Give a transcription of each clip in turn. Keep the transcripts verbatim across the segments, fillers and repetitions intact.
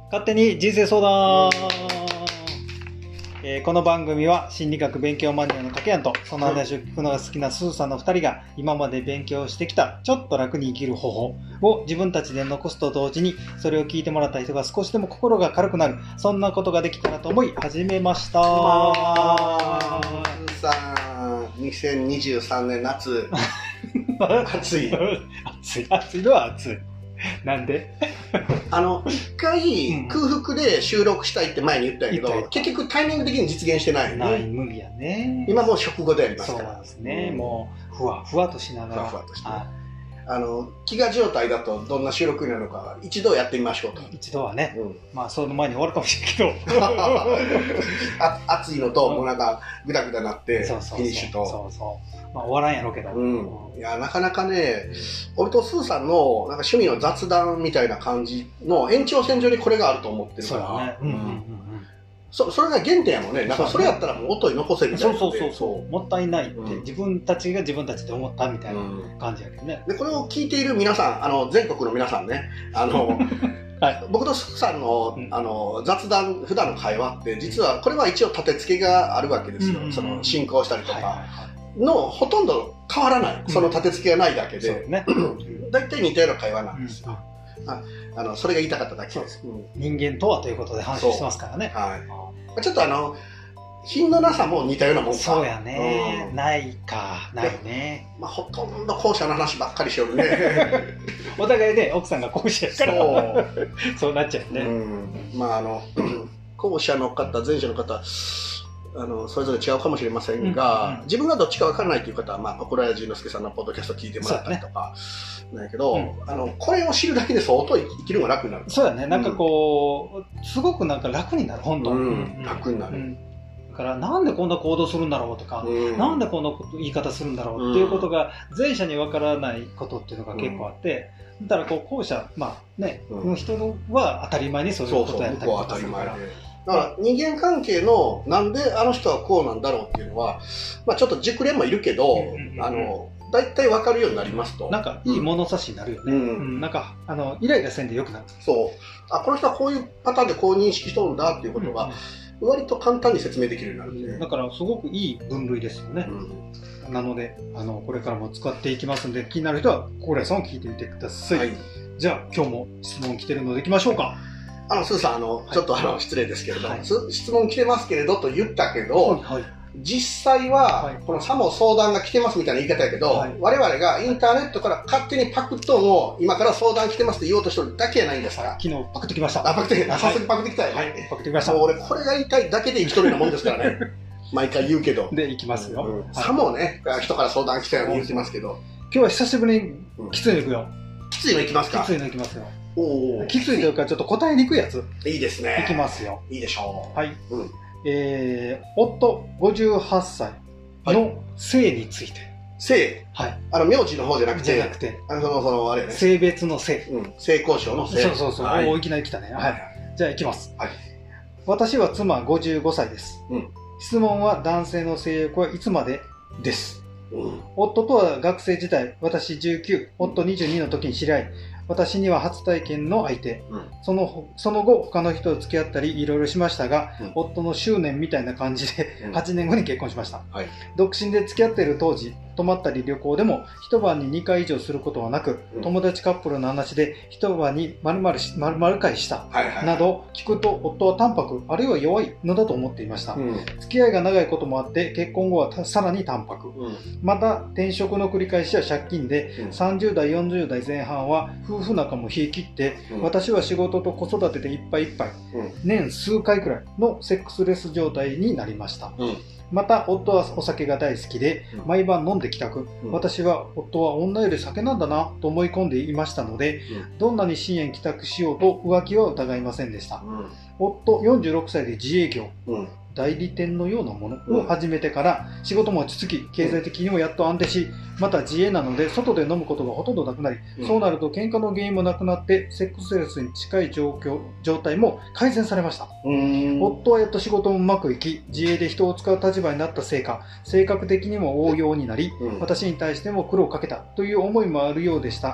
勝手に人生相談、えー、この番組は心理学勉強マニアのかけやんとその話を聞くのが好きなスーさんのふたりが今まで勉強してきたちょっと楽に生きる方法を自分たちで残すと同時にそれを聞いてもらった人が少しでも心が軽くなる、そんなことができたらと思い始めました。 スーさんにせんにじゅうさんねん夏暑い暑い暑いのは暑い。なんであの一回空腹で収録したいって前に言ったんやけど、うん、結局タイミング的に実現してないよね。 ない無理やね。 今もう食後でやりますから。 そうなんですね、うん、もうふわふわとしながらふわふわとして、はい、あの飢餓状態だとどんな収録になるのか一度やってみましょうと。 一度はね、うん、まあその前に終わるかもしれないけどあ暑いのと、うん、もうなんかグダグダなってフィニッシュとそうそうまあ終わらんやろうけど、 うん、いやなかなかね、俺とスーさんのなんか趣味の雑談みたいな感じの延長線上にこれがあると思ってるから、ね、うんうんうん、そ, それが原点やもんね。なんかそれやったらもう音に残せみたいな。 そうそうそうそうもったいないって、うん、自分たちが自分たちで思ったみたいな感じやけどね、 うん、でこれを聞いている皆さん、あの全国の皆さんね、あのはい、僕とスーさん の,、うん、あの雑談普段の会話って実はこれは一応立て付けがあるわけですよ、うん、その進行したりとかのほとんど変わらない、うん、その立て付けがないだけで、ね、だいたい似たような会話なんですよ、うん、ああのそれが言いたかっただけです。 うん、人間とはということで話してますからね。 はい、ちょっとあの品のなさも似たようなもんか。 そうやね、うん、ないかないね、 まあ、ほとんど後者の話ばっかりしよるねお互いね奥さんが後者やからそうそうなっちゃうね、うん、 まああの後者の方前者の方あのそれぞれ違うかもしれませんが、うんうん、自分がどっちか分からないという方は、まあ、ポコラヤジーノスケさんのポッドキャスト聞いてもらったりとか、なんやけど、うん、あのこれを知るだけで相当生きるのが楽になる。 そうだね、なんかこう、うん、すごくなんか楽になる本当、うん、 楽になる、うん、 だからなんでこんな行動するんだろうとか、うん、なんでこんな言い方するんだろうっていうことが前者に分からないことっていうのが結構あって、だからこう後者まあね、うん、の人は当たり前にそういうことをやったりとかするから。 だから人間関係のなんであの人はこうなんだろうっていうのは、まあ、ちょっと熟練もいるけど、あの大体分かるようになりますとなんかいい物差しになるよね、うんうん、なんかあのイライラせんでよくなる。 そうあこの人はこういうパターンでこう認識しとるんだっていうことが割と簡単に説明できるようになるんで、 うん、だからすごくいい分類ですよね、うん、なのであのこれからも使っていきますので気になる人はコーラさんを聞いてみてください、はい、じゃあ今日も質問来てるのでいきましょうか。 あのスーさんあの、はい、ちょっとあの失礼ですけれども、はい、質問来てますけれどと言ったけど、はいはい、実際は、はい、このさも相談が来てますみたいな言い方やけど、はい、我々がインターネットから勝手にパクッとも今から相談来てますって言おうとしてるだけやないんですか、はい、 昨日パクってきました。 あパクってきた早速パクってきたよね、はい、 パクってきました。 もう俺これが言いたいだけで生きとるようなもんですからね毎回言うけどでいきますよ、 うんはい、さもね人から相談来たように言ってますけど今日は久しぶりにきついのいくよ、 うん、きついのいきますか。 きついのいきますよ。 おきついというかちょっと答えにくいやついいですね。 いきますよ。 いいでしょう。 はい、うん、えー、夫ごじゅうはっさいの性について、はい、 性、はい、あの名字の方じゃなくてじゃなくてあのそのそのあれね性別の性、 うん、性交渉の性。 そうそうそう、はい、おいきなり来たね、はい、じゃあいきます、はい、私は妻ごじゅうごさいです、うん、質問は男性の性欲はいつまでです、うん、夫とは学生時代私じゅうきゅう夫にじゅうにの時に知り合い私には初体験の相手、うん、そのその後他の人と付き合ったりいろいろしましたが、うん、夫の執念みたいな感じではちねんごに結婚しました、はい、独身で付き合っている当時泊まったり旅行でも一晩ににかい以上することはなく、うん、友達カップルの話で一晩に丸々し丸々会した、はいはい、など聞くと夫は淡白あるいは弱いのだと思っていました、うん、付き合いが長いこともあって結婚後はさらに淡白、うん、また転職の繰り返しや借金で、うん、さんじゅうだいよんじゅうだいぜん半は夫婦仲も冷え切って、うん、私は仕事と子育てでいっぱいいっぱい、うん、年数回くらいのセックスレス状態になりました、うん、また夫はお酒が大好きで、うん、毎晩飲んで帰宅、うん、私は夫は女より酒なんだなと思い込んでいましたので、うん、どんなに深夜に帰宅しようと浮気は疑いませんでした、うん、夫よんじゅうろくさいで自営業、うん代理店のようなものを始めてから仕事も落ち着き経済的にもやっと安定しまた自営なので外で飲むことがほとんどなくなり、うん、そうなると喧嘩の原因もなくなってセックスレスに近い状況状態も改善されました。夫はやっと仕事もうまくいき自営で人を使う立場になったせいか性格的にも応用になり、うん、私に対しても苦労をかけたという思いもあるようでした。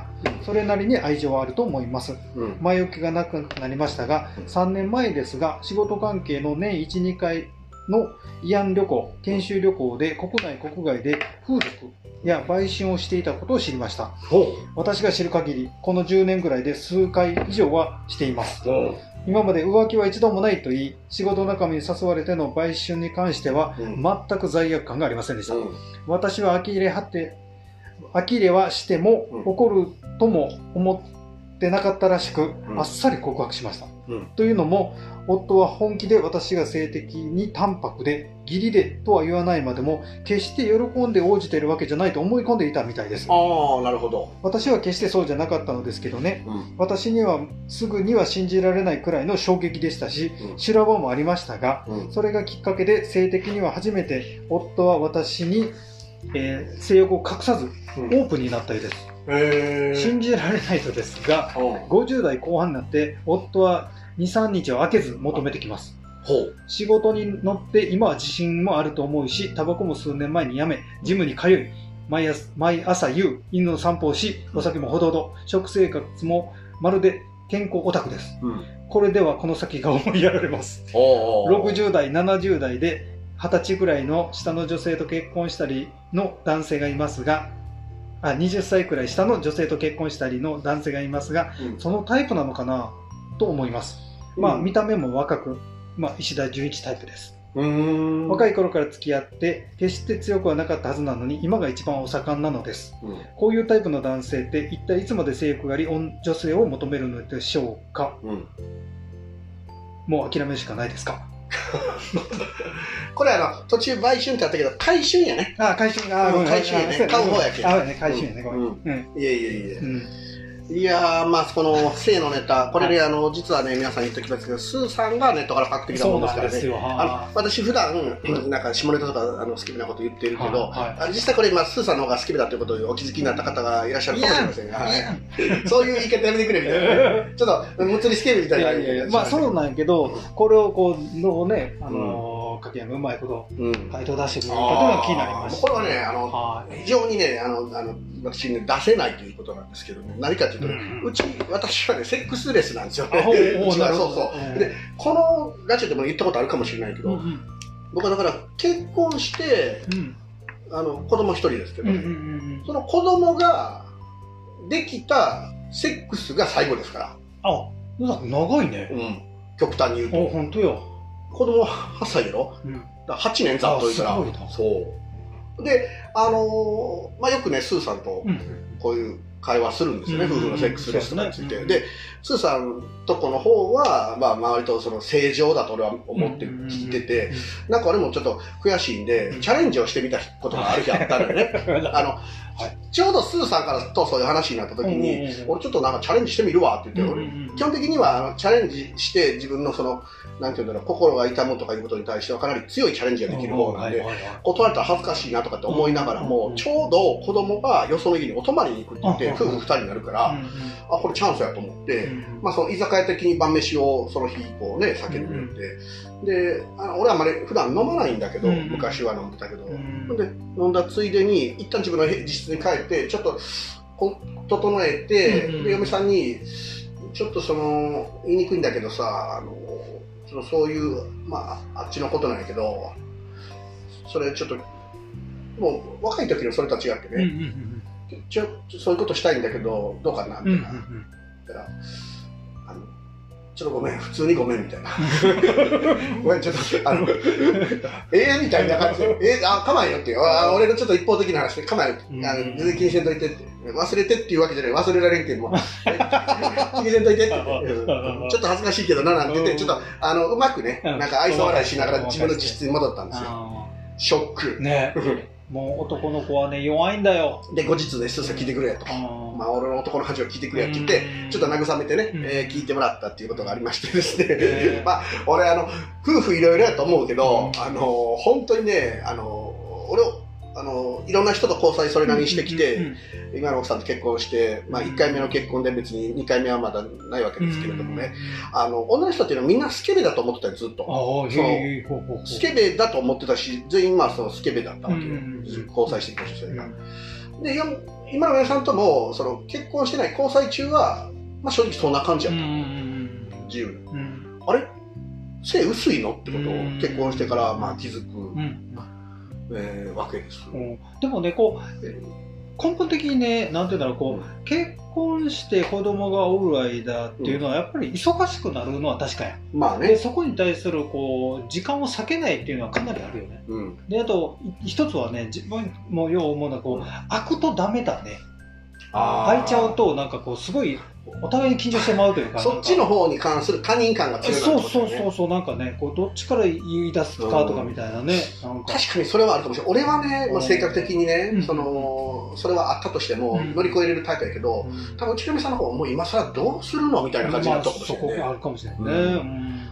それなりに愛情はあると思います。うん、前置きがなくなりましたが、さんねんまえですが、仕事関係の年いち、にかいの慰安旅行、研修旅行で国内国外で風俗や売春をしていたことを知りました。私が知る限り、このじゅうねんぐらいで数回以上はしています。今まで浮気は一度もないと言い、仕事仲間に誘われての売春に関しては、全く罪悪感がありませんでした。うん、私は呆れはって、呆れはしても怒るとも思ってなかったらしく、うん、あっさり告白しました。うん、というのも、夫は本気で私が性的に淡白で、義理でとは言わないまでも、決して喜んで応じているわけじゃないと思い込んでいたみたいです。 ああ、なるほど。 私は決してそうじゃなかったのですけどね、うん、私にはすぐには信じられないくらいの衝撃でしたし、うん、修羅場もありましたが、うん、それがきっかけで性的には初めて夫は私に、えー、性欲を隠さず、オープンになったようです。へー。信じられないとですが、うん、ごじゅう代後半になって夫はに、さんにちを空けず求めてきます。ほう。仕事に乗って今は自信もあると思うし、タバコも数年前にやめ、ジムに通い、毎朝、毎朝夕、犬の散歩をし、お酒もほどほど、食生活もまるで健康オタクです。うん、これではこの先が思いやられます。おうおうおう。ろくじゅう代、ななじゅう代ではたちくらいの下の女性と結婚したりの男性がいますが、あ、はたちくらい下の女性と結婚したりの男性がいますが、うん、そのタイプなのかなと思います。まあ、見た目も若く、まあ、石田純一タイプです。うーん、若い頃から付き合って決して強くはなかったはずなのに今が一番お盛んなのです。うん、こういうタイプの男性って一体いつまで性欲があり女性を求めるのでしょうか。うん、もう諦めるしかないですか。 これあの途中売春ってあったけど回春やね。 ああ、回春、ああ、 回春やね。買う方やけど。 ああね、回春やね、これ。うん。 いやいやいや。うんいやー、まあ、この性のネタ、これで、あの、実はね、皆さん言っておきますけど、スーさんがネットからパクってきたものですからね。あの私、普段、なんか、下ネタとか、あの、好きなこと言ってるけど、はいはい、実際これ、まあ、スーさんの方が好きだということをお気づきになった方がいらっしゃるかもしれませんが、はい、そういう言い方やめてくれみたいな。ちょっと、むつりスケールみたいな。いやいやいや、 まあ、そうなんやけど、これをこう、のね、あのー、かけやんがうまいこと、回答出してくれるかというのが気になりました。 これはね、あの、非常にね、あの、あの、私ね、出せないということなんですけども、何かというと、うち、私はね、セックスレスなんですよね。うちはそうそう。で、このラジオでも言ったことあるかもしれないけど、僕はだから結婚して、あの、子供一人ですけど、その子供ができたセックスが最後ですから。 あ、長いね。うん。 極端に言うと。 あ、本当よ。 子供ははっさいやろ、うん、だはちねんざっといたら。そう。で、あのー、まあ、よくね、スーさんとこういう会話するんですよね、うん、夫婦のセックスレスとかについて。うん、で、スーさんとこの方は、まあ、割とその正常だと俺は思って聞いてて、うん、なんか俺もちょっと悔しいんで、チャレンジをしてみたことがある日あったのよね。あの、はい、ちょうどスーさんからとそういう話になった時に、俺ちょっとなんかチャレンジしてみるわって言って、俺基本的にはあのチャレンジして自分のその、なんていうんだろう、心が痛むとかいうことに対してはかなり強いチャレンジができる方なんで、断れたら恥ずかしいなとかって思いながらも、ちょうど子供がよその家にお泊まりに行くって言って、夫婦二人になるから、あ、これチャンスやと思って、まあその居酒屋的に晩飯をその日こうね、酒に入れて、で、あの俺はあまり普段飲まないんだけど、昔は飲んでたけど、で、飲んだついでに、一旦自分の自室に帰って、ちょっと整えて、で、嫁さんに、ちょっとその、言いにくいんだけどさ、あの、そういう、まあ、あっちのことなんやけど、それちょっと、もう若い時のそれとは違ってね、ちょっとそういうことしたいんだけど、どうかなみたいな。言ったら、あの、ちょっとごめん、普通にごめんみたいな。ごめん、ちょっと、あの、ええみたいな感じで、ええ、あ、構えよってよ。あ、俺のちょっと一方的な話で、構えよって。あの、全然気にせんといてって。忘れてっていうわけじゃない、忘れられんけども、気にせんといてって。ちょっと恥ずかしいけどな、なんて言って、ちょっと、あの、うまくね、なんか愛想笑いしながら自分の自室に戻ったんですよ。ショック。ね。 もう男の子はね、弱いんだよ。 で、後日ね、スーさん聞いてくれやと。まあ、俺の男の恥を聞いてくれやって言って、ちょっと慰めてね、えー、聞いてもらったっていうことがありましてですね。まあ、俺、あの、夫婦いろいろやと思うけど、あの、本当にね、あの、俺を、あの、いろんな人と交際それなりにしてきて、今の奥さんと結婚して、まあ、いっかいめの結婚で別ににかいめはまだないわけですけれどもね、あの、女の人っていうのはみんなスケベだと思ってたよ、ずっと。そのスケベだと思ってたし、全員まあそのスケベだったわけよ。交際してきた女性が。で、 今の皆さんともその結婚してない交際中は、まあ、正直そんな感じやった。自由、うん、あれ性薄いのってことを結婚してからまあ気づく、うんえー、わけです、 うん、でもねこう根本的にねなんていうんだろうこう、うん、結婚して子供がおる間っていうのはやっぱり忙しくなるのは確かや、 まあね、 でそこに対するこう時間を割けないっていうのはかなりあるよね、うん、であと一つはね自分もよう思うのはこう、うん、開くとダメだね、開いちゃうとなんかこうすごいお互いに緊張してまうというか、 そっちの方に関する他人感が強い、ね、 そうそうそうそう、なんかねこうどっちから言い出すかとかみたいなね、 うん、なんか確かにそれはあるかもしれない。俺はね、まあ、性格的にね、うん、そのそれはあったとしても乗り越えれるタイプやけど、うん、多分内上さんの方はもう今更どうするのみたいな感じになったかもしれない、ね、まあ、そこがあるかもしれないね、うん、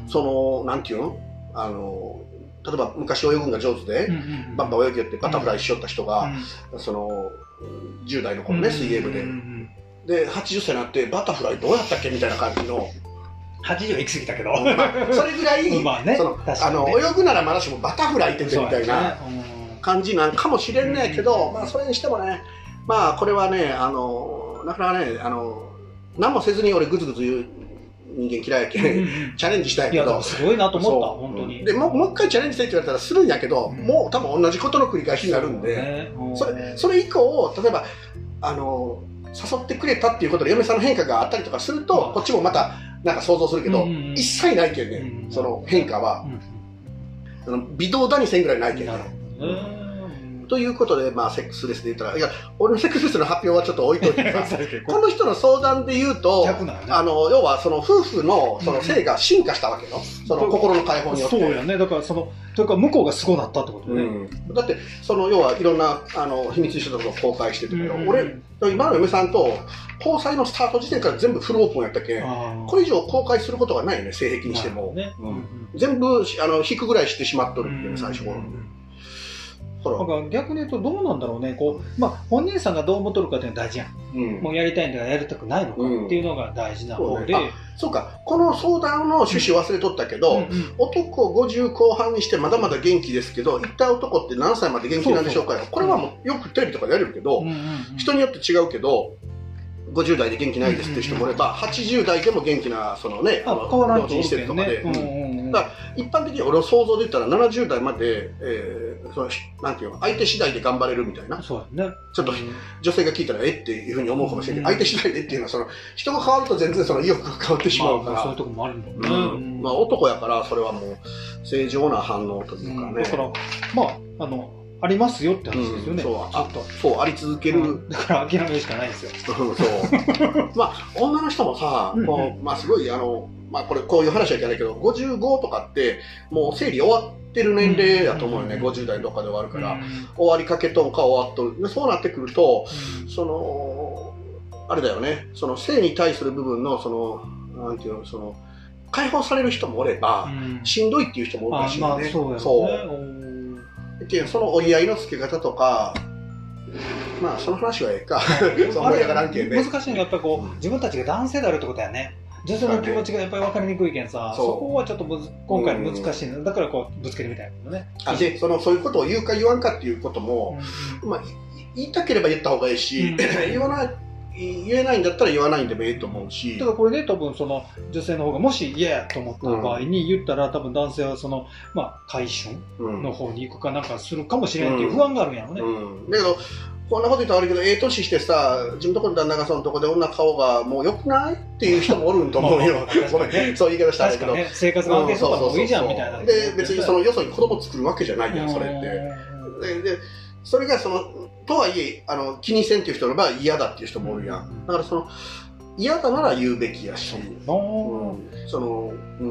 そのなんていうのあの例えば昔泳ぐのが上手で、うんうん、バンバン泳ぎよってバタフライしよった人が、うん、そのじゅう代の頃ね、水泳部で、うんうんうんではちじゅっさいになってバタフライどうやったっけみたいな感じのはちじゅうは行き過ぎたけど、 まあ、それぐらいまあ、ね、 そのあの泳ぐならまだしもバタフライって言ってみたいな感じなんかもしれんねけど、まあ、それにしてもねまあこれはねあのなかなかねあの何もせずに俺グズグズ言う人間嫌いやけん、うんうん、チャレンジしたいけどいやすごいなと思った本当にで も, もう一回チャレンジしたいって言われたらするんやけど、うん、もう多分同じことの繰り返しになるんで そ,、ね、そ, れそれ以降例えばあの誘ってくれたっていうことで嫁さんの変化があったりとかすると、うん、こっちもまたなんか想像するけど、うんうん、一切ないけんね、うん、その変化は、うん、微動だにせんぐらいないけんね、うんということで、まあ、セックスレスで言ったら、いや、俺のセックスレスの発表はちょっと置いといてこの人の相談で言うと、ね、あの要はその夫婦のその性が進化したわけよ、うん、その心の解放によって。 そうやね、だからそのというか向こうがすごかったってことね、 うん、だってその要はいろんなあの秘密書とかを公開してるけど、うん、俺今の嫁さんと交際のスタート時点から全部フルオープンやったけん、これ以上公開することがないよね、性癖にしても、ねうんうん、全部あの引くぐらいしてしまっとるっていう、ね、最初頃、うんだから逆に言うとどうなんだろうねこう、まあ、本人さんがどう思っとるかっていうのは大事やん、うん、もうやりたいんだからやりたくないのかっていうのが大事な方で、うん、そうね、 そうかこの相談の趣旨忘れとったけど、うんうんうん、男ごじゅう後半にしてまだまだ元気ですけど一体男って何歳まで元気なんでしょうかよ。これはもうよくテレビとかでやるけど、うんうんうん、人によって違うけどごじゅう代で元気ないですって人もいれば、うんうんうん、はちじゅう代でも元気なそのね、老人施設とかで、うんうんうん、だから一般的に俺の想像で言ったらななじゅう代まで、えー、そのなんていうの相手次第で頑張れるみたいな、 そうだね、 ちょっと、うん、女性が聞いたらえっていうふうに思うかもしれないけど、うん、相手次第でっていうのはその人が変わると全然その意欲が変わってしまうから、まあ、 そういうとこもあるんだよね、 うんまあ、男やからそれはもう正常な反応というかね、うん、 だからまああのありますよって話ですよね、うん、 そうあそうあり続ける、うん、 だから諦めるしかないですよそうまあ女の人もさ、うんうん、こうまあ、すごいあの、まあ、これこういう話はいけないけどごじゅうごとかってもう生理終わってる年齢だと思うよね、うん、ごじゅう代とかで終わるから、うん、終わりかけとんか終わっとるでそうなってくると、うん、そのあれだよねその性に対する部分のそのなんていうのその解放される人もおれば、うん、しんどいっていう人もおるらしいよね、まあ、そうやねそうその折り合いのつけ方とかまあその話はええかそう思いながらんけんね難しいのはやっぱりこう自分たちが男性であるってことやね女性の気持ちがやっぱり分かりにくいけんさ そ, そこはちょっとむず今回難しいのだからこうぶつけるみたいなねあでそのそういうことを言うか言わんかっていうことも、うんまあ、言いたければ言った方がいいし、うん、言わない言えないんだったら言わないんでもいいと思うしだからこれね多分その女性の方がもし嫌やと思った場合に言ったら、うん、多分男性はそのまあ回春の方に行くかなんかするかもしれんっていう不安があるんやろね、 うんうん、だけどこんなこと言ったら悪いけどええ年してさ自分のところの旦那がそのとこで女顔がもう良くないっていう人もおるんと思うよごめん、ね、そういう言い方したらあれけど、ね、 生活が安定とかもいいじゃんみたいなで別にそのよそに子供作るわけじゃないやんそれってででそれがそのとはいえあの気にせんっていう人もいれば嫌だっていう人もおるやん、うん、だからその嫌だなら言うべきやし、うん、その、うん、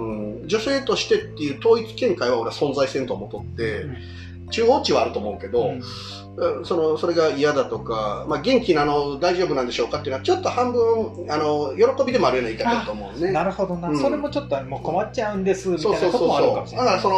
女性としてっていう統一見解は俺は存在せんと思っとって、うん、中央値はあると思うけど、うん、そのそれが嫌だとか、まあ、元気なの大丈夫なんでしょうかっていうのはちょっと半分あの喜びでもあるような言い方だと思うね。 なるほどな、うん、それもちょっともう困っちゃうんですみたいなこともあるかもしれない。 だからその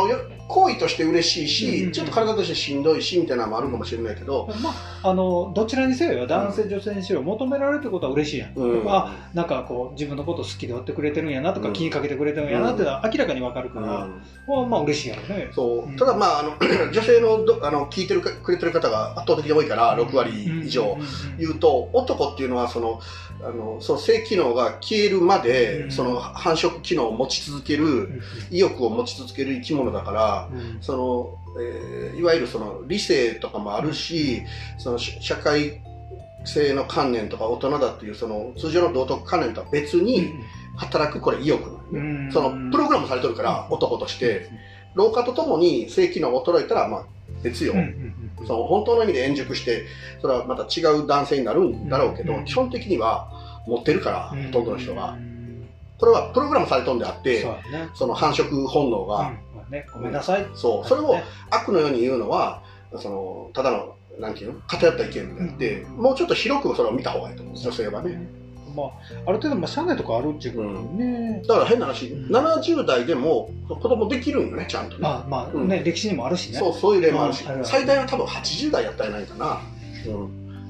行為として嬉しいし、うん、ちょっと体としてしんどいしみたいなのもあるかもしれないけど、 まあ、あのどちらにせよ男性、うん、女性にしろ求められるってことは嬉しいやん、うん、あなんかこう自分のこと好きでおってくれてるんやなとか、うん、気にかけてくれてるんやなっていうのは明らかに分かるから、うん、まあ嬉しいやろね。 そう、うん、ただまああの女性のどあの聞いてるかくれてる方が圧倒的に多いからろくわり以上言うと、男っていうのはそのあのその性機能が消えるまで、うん、その繁殖機能を持ち続ける、うん、意欲を持ち続ける生き物だから、うん、そのえー、いわゆるその理性とかもあるし、その社会性の観念とか大人だっていうその通常の道徳観念とは別に働くこれ意欲なのね、うん、そのプログラムされてるから男として老化とともに性機能が衰えたらまあ別よ、うん、その本当の意味で円熟してそれはまた違う男性になるんだろうけど、うん、基本的には持ってるから、うん、ほとんどの人がこれはプログラムされとんであって、そう、ね、その繁殖本能が、 うんね、ごめんなさい、 うん、そうそれを悪のように言うのはそのただのなんていうの偏った意見であって、うん、もうちょっと広くそれを見た方がいいと思う、女性はね。 まあ、ある程度まあ社内とかあるっていうことね、 うん、だから変な話、うん、ななじゅう代でも子供できるんよねちゃんとね。 まあまあね、うん、歴史にもあるしね。 そうそういう例もあるし、うん、最大は多分はちじゅう代やったらないかな、うん、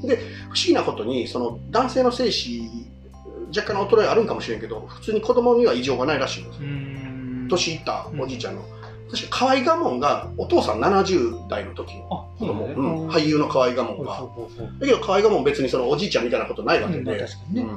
で不思議なことにその男性の精子若干の衰えあるんかもしれんけど普通に子供には異常がないらしいんですよ。年いったおじいちゃんの、確か河合我門がお父さんななじゅう代の時の子供、ね、うん、俳優の河合我門が。だけど河合我門別にそのおじいちゃんみたいなことないわけで、うん、確かにね、うん、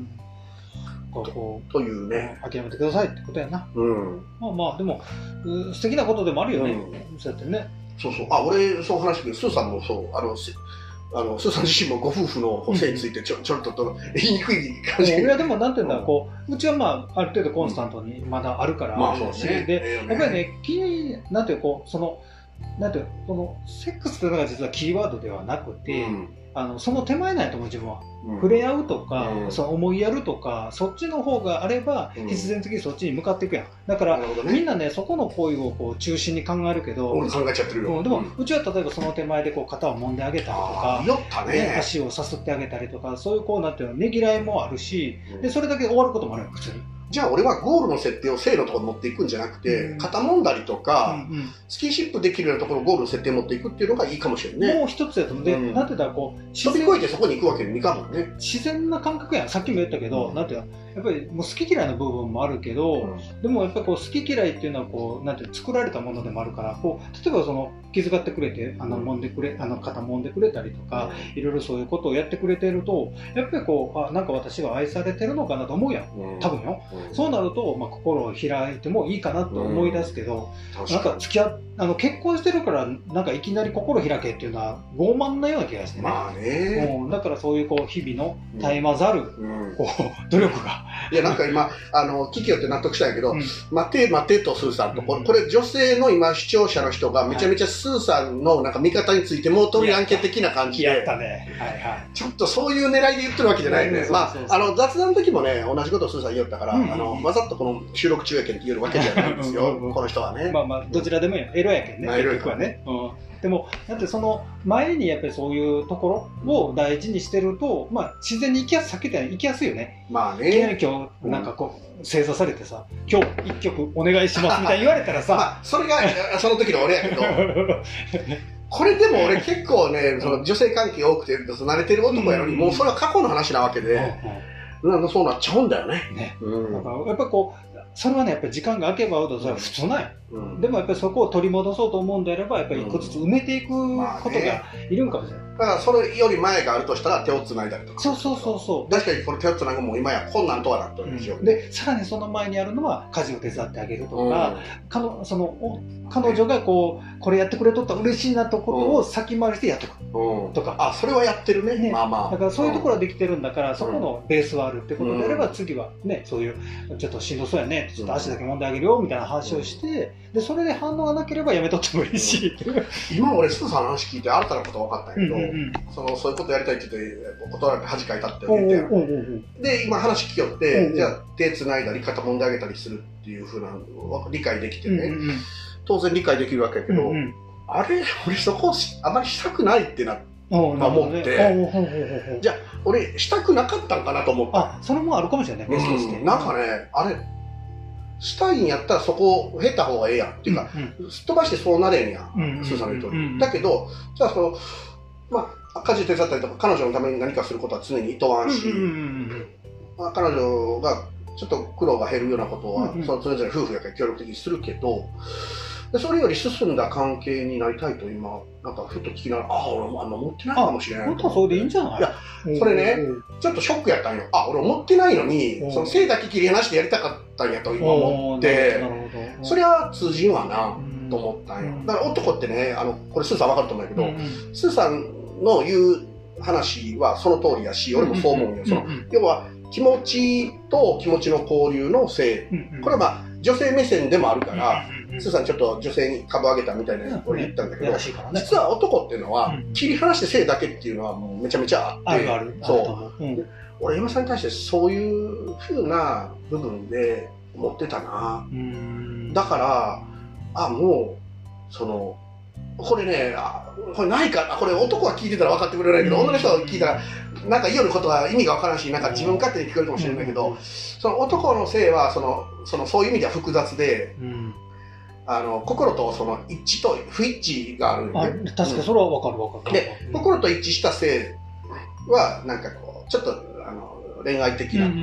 と, というね、 諦めてくださいってことやな、うん、まあまあでも素敵なことでもあるよね、うん、そうやってね。 そうそう、あ俺そう話してくるスーさんもそうあのあのスーさん自身もご夫婦の性についてちょ,、うん、ちょっとと言いにくい感じ。いやでもなんていうんだ、うん、こううちはまあある程度コンスタントにまだあるから、うん、まあそうね。で、やっぱりね、気になんていうこうそのなんていうこのセックスというのが実はキーワードではなくて、うん、あのその手前なんやと思う自分は、うん、触れ合うとか、うん、その思いやるとかそっちの方があれば、うん、必然的にそっちに向かっていくやん。だから、ね、みんなねそこの行為をこう中心に考えるけど、 俺考えちゃってるよ、 うん、でも、うん、うちは例えばその手前でこう肩を揉んであげたりとか、 酔ったね、 ね、足をさすってあげたりとか、そういうこうなんていうのねぎらいもあるし、うん、でそれだけで終わることもあるよ普通に。 じゃあ俺はゴールの設定を性のところに持っていくんじゃなくて、うん、肩もんだりとか、うんうん、スキンシップできるようなところをゴールの設定を持っていくっていうのがいいかもしれないね。 もう一つやと思う。で、うん、なんていうんだこう飛び越えてそこに行くわけにいかんもんね。 自然な感覚やん。さっきも言ったけど、うん、なんていうのやっぱりもう好き嫌いの部分もあるけど、うん、でもやっぱりこう好き嫌いっていうのはこうなんていう作られたものでもあるからこう例えばその気遣ってくれてあの揉んでくれあの肩揉んでくれたりとか、うん、いろいろそういうことをやってくれてるとやっぱりこうあなんか私は愛されてるのかなと思うやん、うん、多分よ、うん、そうなると、まあ、心を開いてもいいかなと思い出すけど、うん、なんか付き合あの結婚してるからなんかいきなり心開けっていうのは傲慢なような気がしてね、 まあね、 うん、だからそういうこう日々の絶え間ざる、うん、こう努力がいやなんか今あの聞きよって納得したんやけど、うん、待て待てとスーさんと、うん、これ女性の今視聴者の人がめちゃめちゃスーさんのなんか見方についてもう取り案件的な感じでやったね、はいはい、 ちょっとそういう狙いで言ってるわけじゃないよね。まああの雑談の時もね同じことをスーさん言おったから、うんうん、あのわざとこの収録中やけんって言えるわけじゃないんですようんうん、この人はね。 まあまあどちらでもいいよ、エロやけんね、 エロいからね、うん、でもだってその前にやっぱりそういうところを大事にしてると、まあ、自然に行きやすさっき言ったように行きやすいよね。 まあね、 いきなり今日なんかこう正座されてさ今日一曲お願いしますみたいに言われたらさまあそれがその時の俺やけどこれでも俺結構ねその女性関係多くて慣れてる男やのに、うん、もうそれは過去の話なわけで、うんうん、なんかそうなっちゃうんだよね。ね、うん、だからやっぱりこうそれはねやっぱり時間が空けば空くとそれは普通なんや、うん、でもやっぱりそこを取り戻そうと思うんであればやっぱり一個ずつ埋めていくことがいるんかもしれない、うんまあね、 だからそれより前があるとしたら手をつないだりとか。 そうそうそうそう確かにこれ手をつなぐも今や困難とはなってるんですよ、うん、 でさらにその前にあるのは家事を手伝ってあげるとか、うん、かのその彼女がこうこれやってくれとったら嬉しいなところを先回りしてやっとく、うん、とかあそれはやってる ね, ねまあまあだからそういうところはできてるんだから、うん、そこのベースはあるってことであれば、うん、次はねそういうちょっとしんどそうやねちょっと足だけ揉んであげるよみたいな話をして、うん、でそれで反応がなければやめとってもいいし、うん、 今俺スーさんの話聞いて新たなこと分かったんやけど、うんうんうん、そのそういうことやりたいって言って断られて恥かいたって言ってやるで今話聞きよって、うんうん、じゃあ手つないだり肩揉んであげたりするっていうふうな理解できてね、うんうんうん、当然理解できるわけやけど、うんうん、あれ俺そこあまりしたくないってなって思って、ね、じゃあ俺したくなかったんかなと思った。 あそれもあるかもしれない、 うん、なんかねあれしたいんやったらそこを経た方がええやんっていうか、うんうん、すっ飛ばしてそうなれんやん、うんうん、スーさんの言う通り。だけど、じゃあその、まあ、家事手伝ったりとか、彼女のために何かすることは常に厭わんし、まあ、彼女がちょっと苦労が減るようなことは、うんうん、そのそれぞれ夫婦やから協力的にするけど、でそれより進んだ関係になりたいと今、なんかふっと聞きながら、ああ、俺もあんま持ってないかもしれない。 本当はそれでいいんじゃない？いや、 それね、ちょっとショックやったんよ。あ、俺持ってないのに、その性だけ切り離してやりたかったんやと今思って、それは通じんわな、と思ったんよ。だから男ってね、あの、これスーさんわかると思うんだけど、うんうん、スーさんの言う話はその通りやし、俺もそう思うよ。その、要は、気持ちと気持ちの交流の性。これはまあ、女性目線でもあるから、スーさんちょっと女性に株上げたみたいな俺言ったんだけど、実は男っていうのは、切り離して性だけっていうのはもうめちゃめちゃあって、 あるある。 そう。俺、山さんに対してそういう風な部分で思ってたな。だから、あ、もう、その、これね、あこれないか、これ男は聞いてたら分かってくれないけど、女の人が聞いたら、なんか言いよることは意味が分からんし、なんか自分勝手に聞こえるかもしれないけど、その男の性はその、そのそういう意味では複雑で、うん、あの心とその一致と不一致があるんで、 ね、確かにそれは分かる分かる。 で、心と一致した性は、なんかこう、ちょっとあの恋愛的な、うん、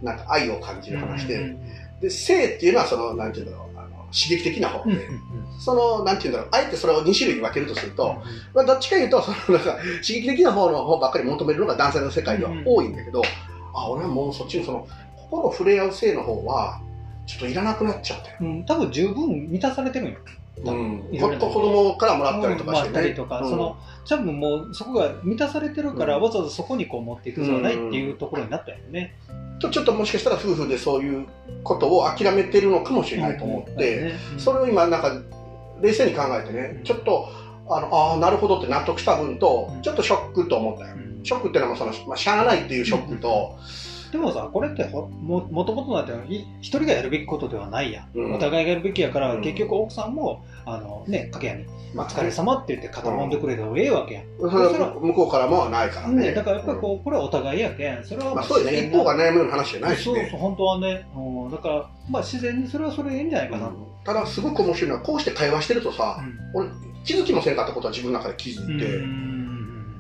なんか愛を感じる話で、うん、で、性っていうのはその、なんていうんだろう、刺激的な方で、うんうんうん、その、なんていうんだろう、あえてそれをに種類に分けるとすると、うんうん、まあ、どっちか言うと、その、なんか、刺激的な方の方ばっかり求めるのが男性の世界では多いんだけど、うんうん、あ、俺はもうそっちのその、心を触れ合う性の方は、ちょっといらなくなっちゃってる。 うん、多分十分満たされてるんよ。 うん。子供からもらったりとかしてね。 もらったりとか、うん、その、多分もうそこが満たされてるから、うん、わざわざそこにこう持っていく必要はないっていうところになったよね。 とちょっともしかしたら夫婦でそういうことを諦めてるのかもしれないと思って、うんうんねうん、それを今なんか冷静に考えてね、うん、ちょっとあのあなるほどって納得した分と、うん、ちょっとショックと思ったよ、うん、ショックっていうのはその、まあ、しゃあないっていうショックと、 うん、でもさこれってももともとなんて一人がやるべきことではないやん、うん、お互いがやるべきやから、うん、結局奥さんもあのね掛け合いにお疲れ様って言って肩もんでくれた方がええわけやん、 うん、それは向こうからもないからね、 ねだからやっぱりこう、うん、これはお互いやけんそれはまあそうですね一方が悩むような話じゃないしねそうそう本当はね、うん、だからまあ自然にそれはそれでいいんじゃないかな、うん、 ただすごく面白いのはこうして会話してるとさ、うん、俺気づきもせんかったことは自分の中で気づいて、うん、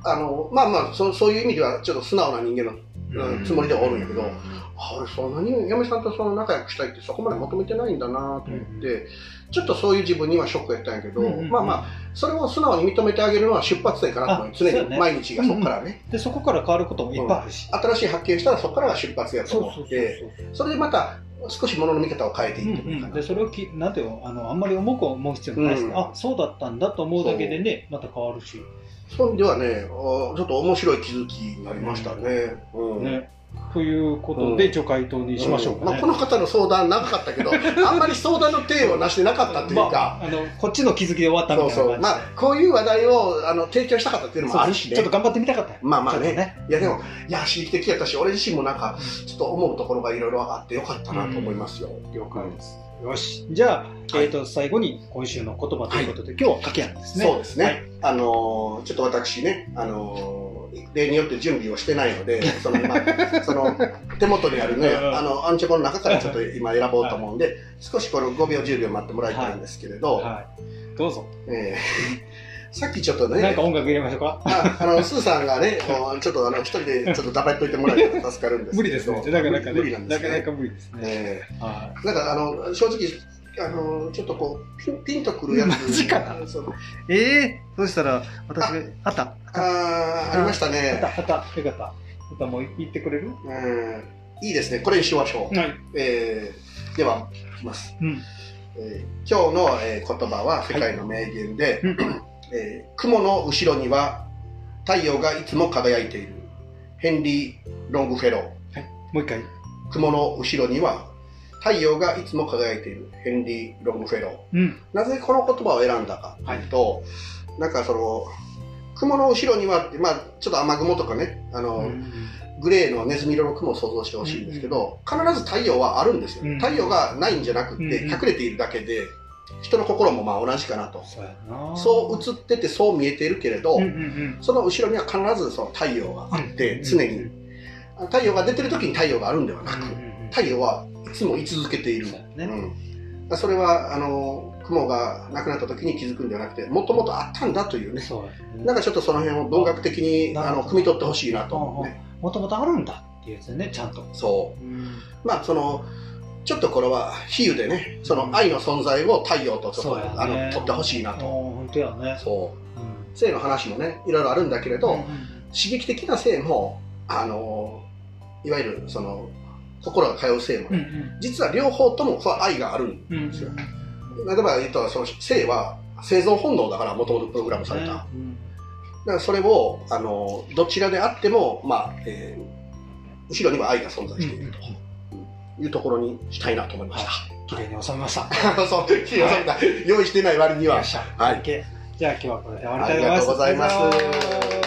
あのまあまあそそういう意味ではちょっと素直な人間の、うん、つもりではおるんやけど、あ俺そんなに嫁さんとその仲良くしたいってそこまで求めてないんだなと思って、うん、ちょっとそういう自分にはショックやったんやけど、うん、まあまあそれを素直に認めてあげるのは出発点かなと思う。常に毎日がそこからね、 うん、でそこから変わることもいっぱいあるし、 うん、新しい発見したらそこからが出発やと思ってそれでまた少し物の見方を変えていってもいいかな、うんうん、 でそれをきなんていうのあのあんまり重く思う必要ないですね、うん、あそうだったんだと思うだけでねまた変わるしそういう意味ではねちょっと面白い気づきになりましたね、うんうん、ねということで、一応回答にしましょうかね、 うんまあ、この方の相談長かったけどあんまり相談の体をなしてなかったというか、 まあ、あのこっちの気づきで終わったみたいな感じで、そうそう、 まあ、こういう話題をあの提供したかったっていうのもあるしね、 ちょっと頑張ってみたかったよまあまあ ね, ねいやでもいや刺激的やったし俺自身もなんかちょっと思うところがいろいろあってよかったなと思いますよ、 うん、了解です、よしじゃあ、はいえー、と最後に今週の言葉ということで、はい、今日は掛け合いですねそうですね、はい、あのー、ちょっと私ねあのー例によって準備をしてないのでその今その手元にあるねあのアンチョコの中からちょっと今選ぼうと思うんで、はい、少しこのごびょうじゅうびょう待ってもらいたいんですけれど、はいはい、 どうぞ、 えー、さっきちょっとねなんか音楽入れましょうかああのスーさんがねちょっとあの一人でちょっとダバっといてもらえたら助かるんですけど無理ですねなかなかね無理なんですねなかなか無理ですね、 えーはい、なんかあの正直あのちょっとこうピン、ピンとくるやつマジかなええー、そうしたら私があったああありましたねあったあったよかったまたもう言ってくれるうんいいですねこれにしましょう、はいえー、ではいきます、うんえー、今日の、えー、言葉は世界の名言で、はいえー、雲の後ろには太陽がいつも輝いているヘンリー・ロングフェロー、はい、 もう一回雲の後ろには太陽がいつも輝いているヘンリー・ロングフェロー、うん、なぜこの言葉を選んだかというと、はい、なんかその雲の後ろにはって、まあ、ちょっと雨雲とかねあの、うん、グレーのネズミ色の雲を想像してほしいんですけど、うん、必ず太陽はあるんですよ、うん、太陽がないんじゃなくて隠れているだけで人の心もまあ同じかなと、そうやなそう映っててそう見えているけれど、うんうんうん、その後ろには必ずその太陽があって、うんうんうん、常に太陽が出てる時に太陽があるんではなく、うんうんうん太陽はいつも居続けている。それはあの雲がなくなった時に気づくんではなくて、もともとあったんだというね。なんかちょっとその辺を文学的にあの汲み取ってほしいなと思うね。 もともとあるんだっていうやつね、ちゃんと。 そう。まあそのちょっとこれは比喩でね、その愛の存在を太陽とちょっと、あの取ってほしいなと。 本当やね。 そう。性の話もね、いろいろあるんだけれど、刺激的な性もあのいわゆるその心が通う性もね、実は両方ともその愛があるんですよ。例えば言ったらその性は生存本能だからもともとプログラムされた。だからそれをあのどちらであっても、まあえー、後ろには愛が存在しているというところにしたいなと思いました。 綺麗に収めました。 そう、綺麗に収めた。用意してない割には。 はい。じゃあ今日はこれで終わりたいと思います。 ありがとうございます。